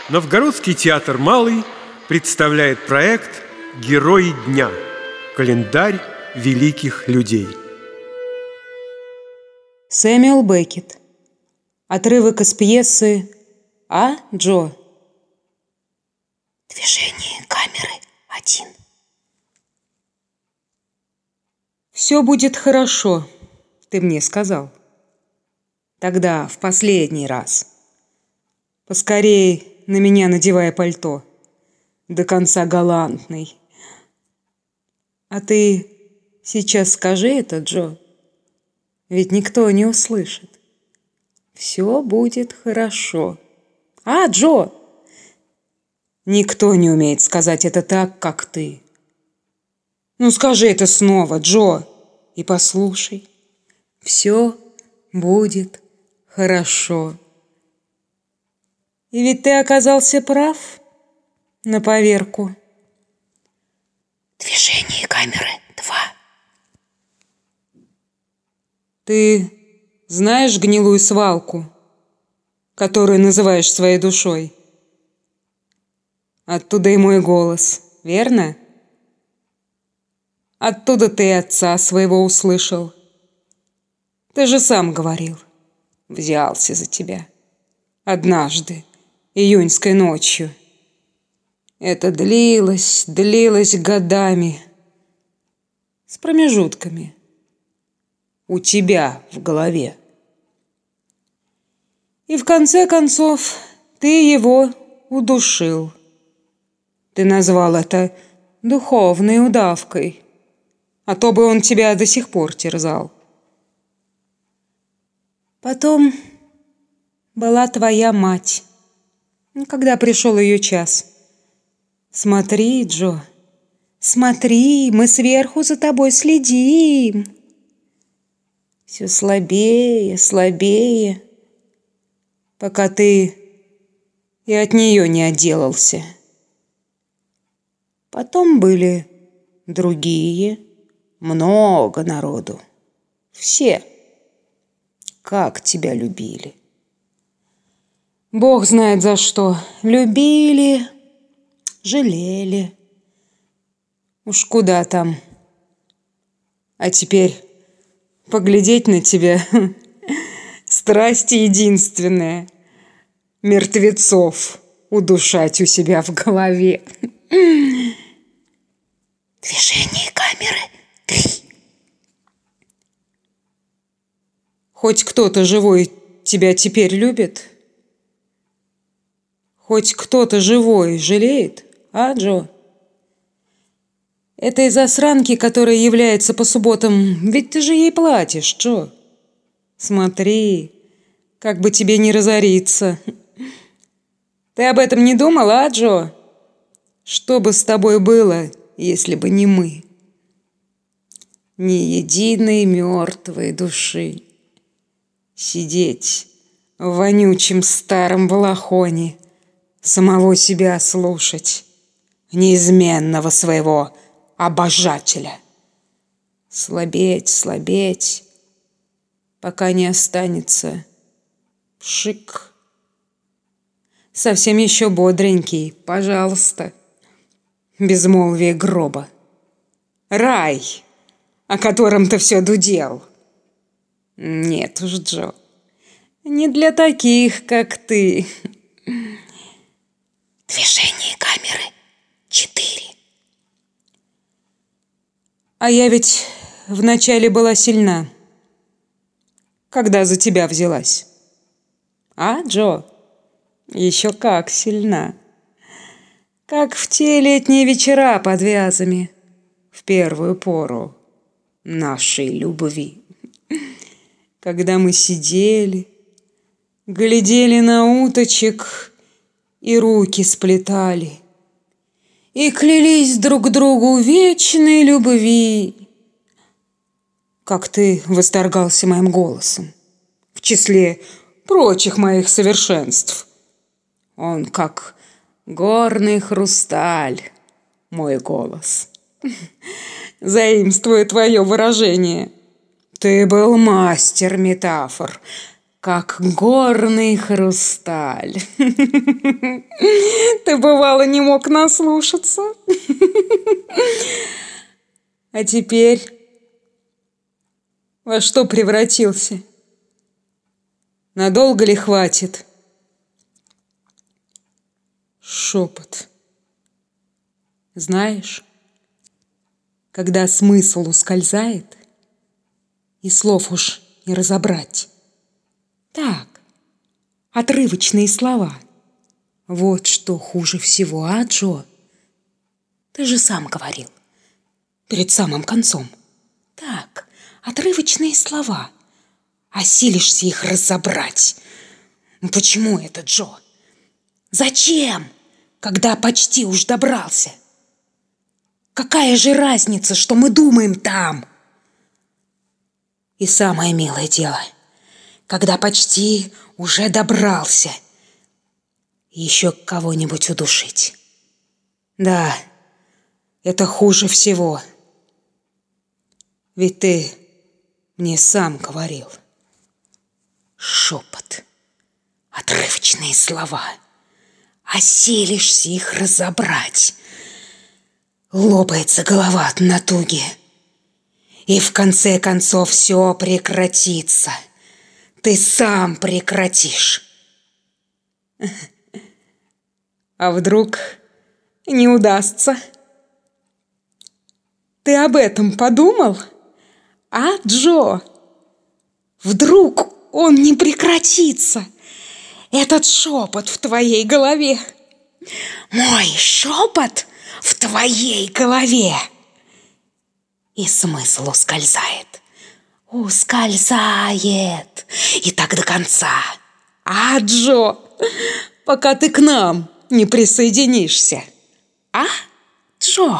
Новгородский театр «Малый» представляет проект «Герои дня. Календарь великих людей». Сэмюэл Беккет. Отрывок из пьесы «А. Джо». Движение камеры 1. «Все будет хорошо», ты мне сказал. Тогда в последний раз. Поскорей на меня надевая пальто. До конца галантный. А ты сейчас скажи это, Джо. Ведь никто не услышит. Все будет хорошо. А, Джо! Никто не умеет сказать это так, как ты. Ну, скажи это снова, Джо, и послушай. Все будет хорошо. И ведь ты оказался прав на поверку. Движение камеры 2. Ты знаешь гнилую свалку, которую называешь своей душой? Оттуда и мой голос, верно? Оттуда ты и отца своего услышал. Ты же сам говорил, взялся за тебя. Однажды, июньской ночью. Это длилось годами, с промежутками. У тебя в голове. И в конце концов ты его удушил. Ты назвал это духовной удавкой, а то бы он тебя до сих пор терзал. Потом была твоя мать, когда пришел ее час. Смотри, Джо, смотри, мы сверху за тобой следим. Все слабее, слабее, пока ты и от нее не отделался. Потом были другие, много народу. Все, как тебя любили. Бог знает за что. Любили, жалели. Уж куда там. А теперь поглядеть на тебя — страсть единственная. Мертвецов удушать у себя в голове. Движение камеры 3. Хоть кто-то живой тебя теперь любит? Хоть кто-то живой жалеет, а, Джо? Этой засранки, которая является по субботам, ведь ты же ей платишь, Джо. Смотри, как бы тебе не разориться. Ты об этом не думал, а, Джо? Что бы с тобой было, если бы не мы? Ни единой мертвой души. Сидеть в вонючем старом балахоне, самого себя слушать, неизменного своего обожателя. Слабеть, слабеть, пока не останется пшик. Совсем еще бодренький, пожалуйста. Безмолвие гроба. Рай, о котором ты все дудел. Нет уж, Джо, не для таких, как ты. Движение камеры 4. А я ведь вначале была сильна, когда за тебя взялась. А, Джо? Еще как сильна. Как в те летние вечера под вязами в первую пору нашей любви. Когда мы сидели, глядели на уточек и руки сплетали, и клялись друг другу вечной любви. Как ты восторгался моим голосом, в числе прочих моих совершенств. Он как горный хрусталь, мой голос. Заимствуя твое выражение. Ты был мастер метафор, как горный хрусталь. Ты, бывало, не мог наслушаться. А теперь во что превратился? Надолго ли хватит? Шепот. Знаешь, когда смысл ускользает, и слов уж не разобрать. Так, отрывочные слова. Вот что хуже всего, а, Джо? Ты же сам говорил, перед самым концом. Так, отрывочные слова. Осилишься их разобрать. Почему это, Джо? Зачем, когда почти уж добрался? Какая же разница, что мы думаем там? И самое милое дело, когда почти уже добрался, еще кого-нибудь удушить. Да, это хуже всего. Ведь ты мне сам говорил. Шепот, отрывочные слова. Осилишься их разобрать. Лопается голова от натуги. И в конце концов все прекратится. Ты сам прекратишь. А вдруг не удастся? Ты об этом подумал? А, Джо? Вдруг он не прекратится? Этот шепот в твоей голове. Мой шепот в твоей голове. И смысл ускользает. Ускользает. И так до конца. А, Джо, пока ты к нам не присоединишься. А, Джо?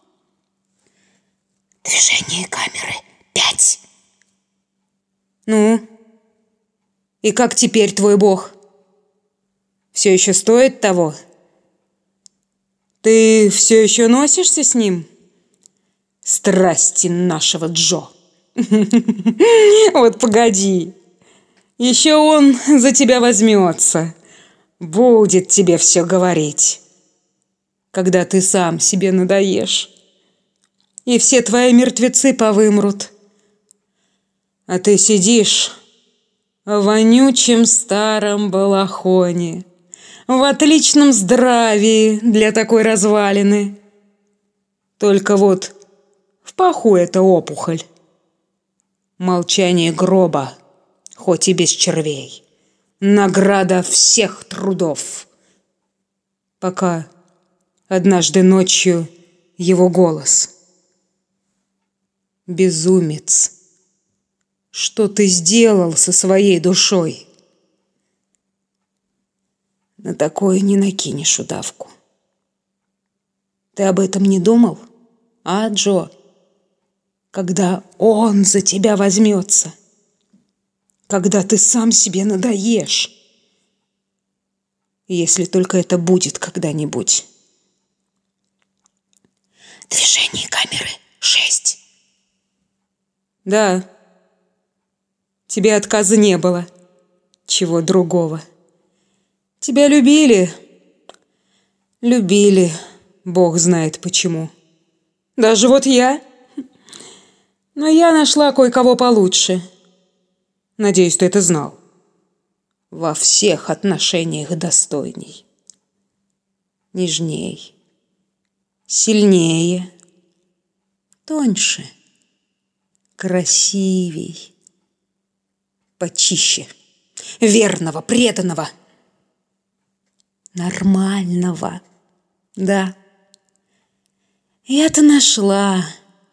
Движение камеры 5. Ну, и как теперь твой бог? Все еще стоит того? Ты все еще носишься с ним? Страсти нашего Джо. Вот погоди. Еще он за тебя возьмется. Будет тебе все говорить. Когда ты сам себе надоешь. И все твои мертвецы повымрут. А ты сидишь в вонючем старом балахоне, в отличном здравии для такой развалины. Только вот в паху это опухоль. Молчание гроба, хоть и без червей. Награда всех трудов. Пока однажды ночью его голос. Безумец, что ты сделал со своей душой? На такое не накинешь удавку. Ты об этом не думал, а, Джо? Когда он за тебя возьмется, когда ты сам себе надоешь, если только это будет когда-нибудь. Движение камеры 6. Да, тебе отказа не было. Чего другого. Тебя любили. Любили, Бог знает почему. Даже вот я. Но я нашла кое-кого получше. Надеюсь, ты это знал. Во всех отношениях достойней. Нежней. Сильнее. Тоньше. Красивей. Почище. Верного, преданного. Нормального. Да. Я-то нашла.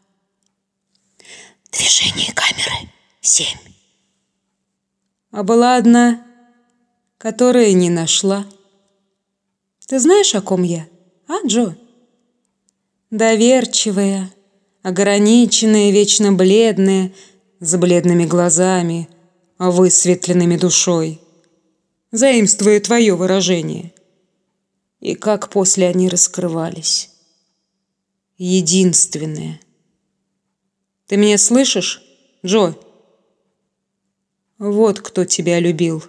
Движение камеры 7. А была одна, которая не нашла. Ты знаешь, о ком я? А, Джо? Доверчивая, ограниченная, вечно бледная, с бледными глазами, высветленными душой. Заимствуя твое выражение. И как после они раскрывались. Единственное. Ты меня слышишь, Джо? Вот кто тебя любил.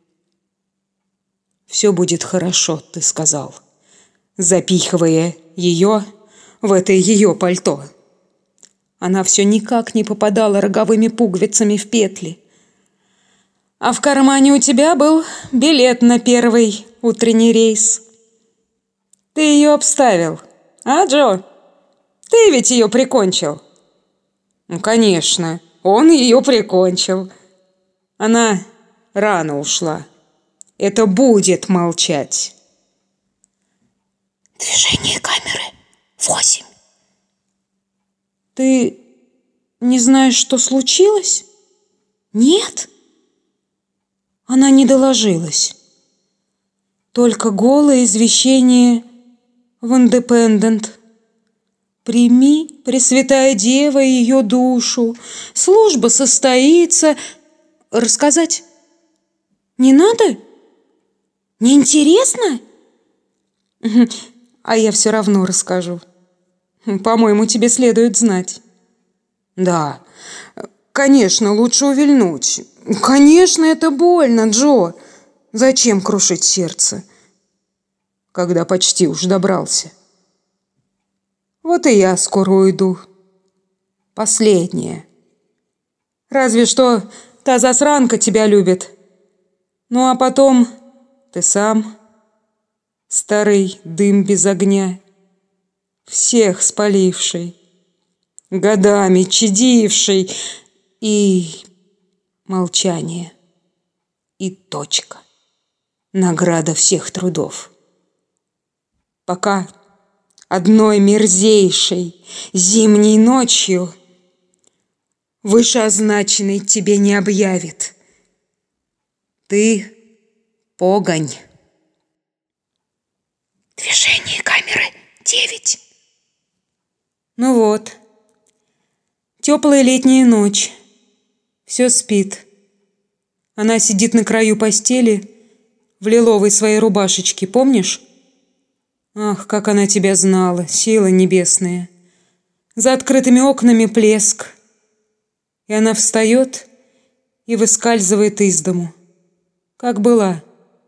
«Все будет хорошо», — ты сказал, запихивая ее в это ее пальто. Она все никак не попадала роговыми пуговицами в петли. А в кармане у тебя был билет на первый утренний рейс. Ты ее обставил, а, Джо? Ты ведь ее прикончил. Ну, конечно, он ее прикончил. Она рано ушла. Это будет молчать. Движение камеры 8. Ты не знаешь, что случилось? Нет? Она не доложилась. Только голое извещение в «Индепендент». «Прими, Пресвятая Дева, ее душу. Служба состоится». Рассказать не надо? Неинтересно? А я все равно расскажу. По-моему, тебе следует знать. Да, конечно, лучше увильнуть. Конечно, это больно, Джо. Зачем крушить сердце, когда почти уж добрался? Вот и я скоро уйду. Последняя. Разве что та засранка тебя любит. Ну а потом ты сам, старый дым без огня, всех спаливший, годами чадивший, и молчание, и точка, награда всех трудов. Пока одной мерзейшей зимней ночью вышеозначенный тебе не объявит: ты погонь. Движение камеры 9. Ну вот, теплая летняя ночь. Все спит. Она сидит на краю постели в лиловой своей рубашечке, помнишь? Ах, как она тебя знала, сила небесная. За открытыми окнами плеск. И она встает и выскальзывает из дому. Как была.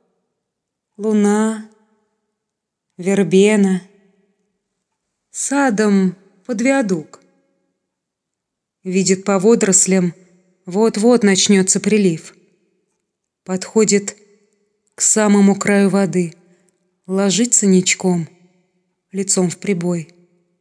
Луна, вербена, садом под виадук. Видит по водорослям, вот-вот начнется прилив. Подходит к самому краю воды, ложится ничком, лицом в прибой.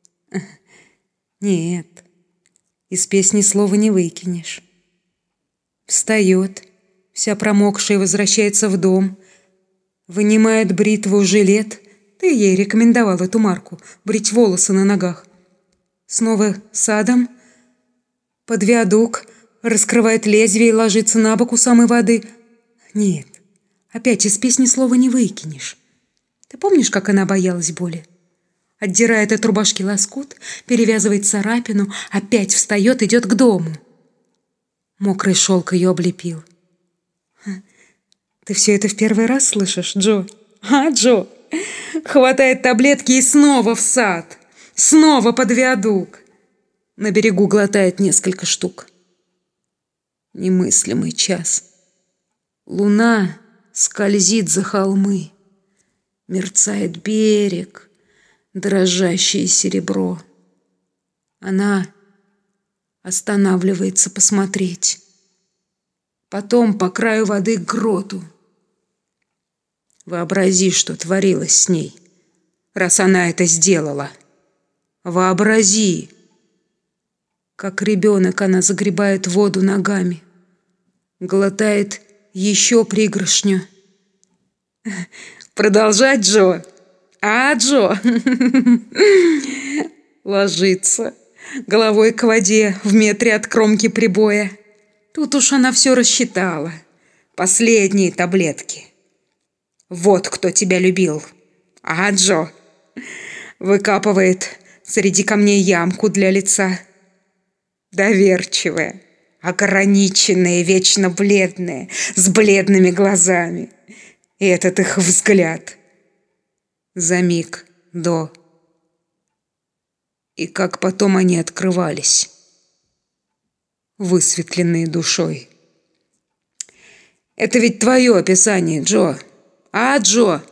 Нет, из песни слова не выкинешь. Встает, вся промокшая, возвращается в дом, вынимает бритву жилет. Ты ей рекомендовал эту марку, брить волосы на ногах. Снова садом, под виадук, раскрывает лезвие и ложится на бок у самой воды. Нет, опять из песни слова не выкинешь. Ты помнишь, как она боялась боли? Отдирает от рубашки лоскут, перевязывает царапину, опять встает, идет к дому. Мокрый шелк ее облепил. Ты все это в первый раз слышишь, Джо? А, Джо? Хватает таблетки и снова в сад. Снова под виадук. На берегу глотает несколько штук. Немыслимый час. Луна скользит за холмы. Мерцает берег, дрожащее серебро. Она останавливается посмотреть. Потом по краю воды к гроту. Вообрази, что творилось с ней, раз она это сделала. Вообрази, как ребенок она загребает воду ногами, глотает еще пригоршню. Продолжать, Джо? А, Джо? Ложится головой к воде в метре от кромки прибоя. Тут уж она все рассчитала. Последние таблетки. Вот кто тебя любил. А, Джо? Выкапывает среди камней ямку для лица. Доверчивая, ограниченная, вечно бледная, с бледными глазами. И этот их взгляд. За миг до. И как потом они открывались, высветленные душой. Это ведь твое описание, Джо. А, Джо?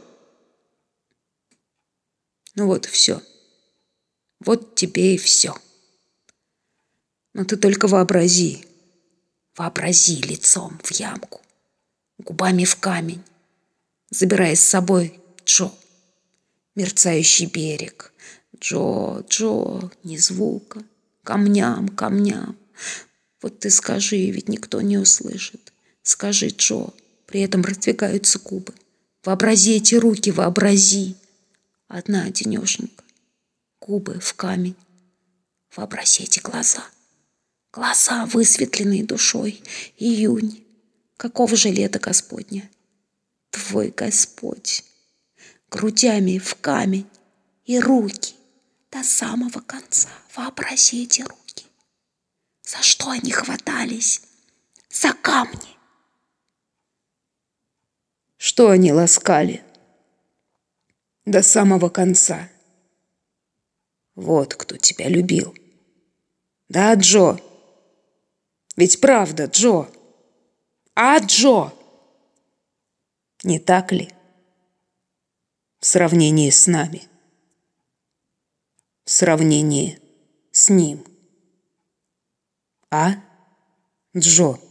Ну вот и все. Вот тебе и все. Но ты только вообрази. Вообрази лицом в ямку, губами в камень, забирая с собой Джо. Мерцающий берег. Джо, Джо, ни звука. Камням, камням. Вот ты скажи, ведь никто не услышит. Скажи, Джо. При этом раздвигаются губы. Вообрази эти руки, вообрази. Одна-одинешенька. Губы в камень. Вообрази эти глаза. Глаза, высветленные душой. Июнь. Какого же лета Господня? Твой Господь. Грудями в камень. И руки до самого конца. Вообрази эти руки. За что они хватались? За камни. Что они ласкали? До самого конца. Вот кто тебя любил. Да, Джо? Ведь правда, Джо? А, Джо? Не так ли? В сравнении с нами. В сравнении с ним. А, Джо?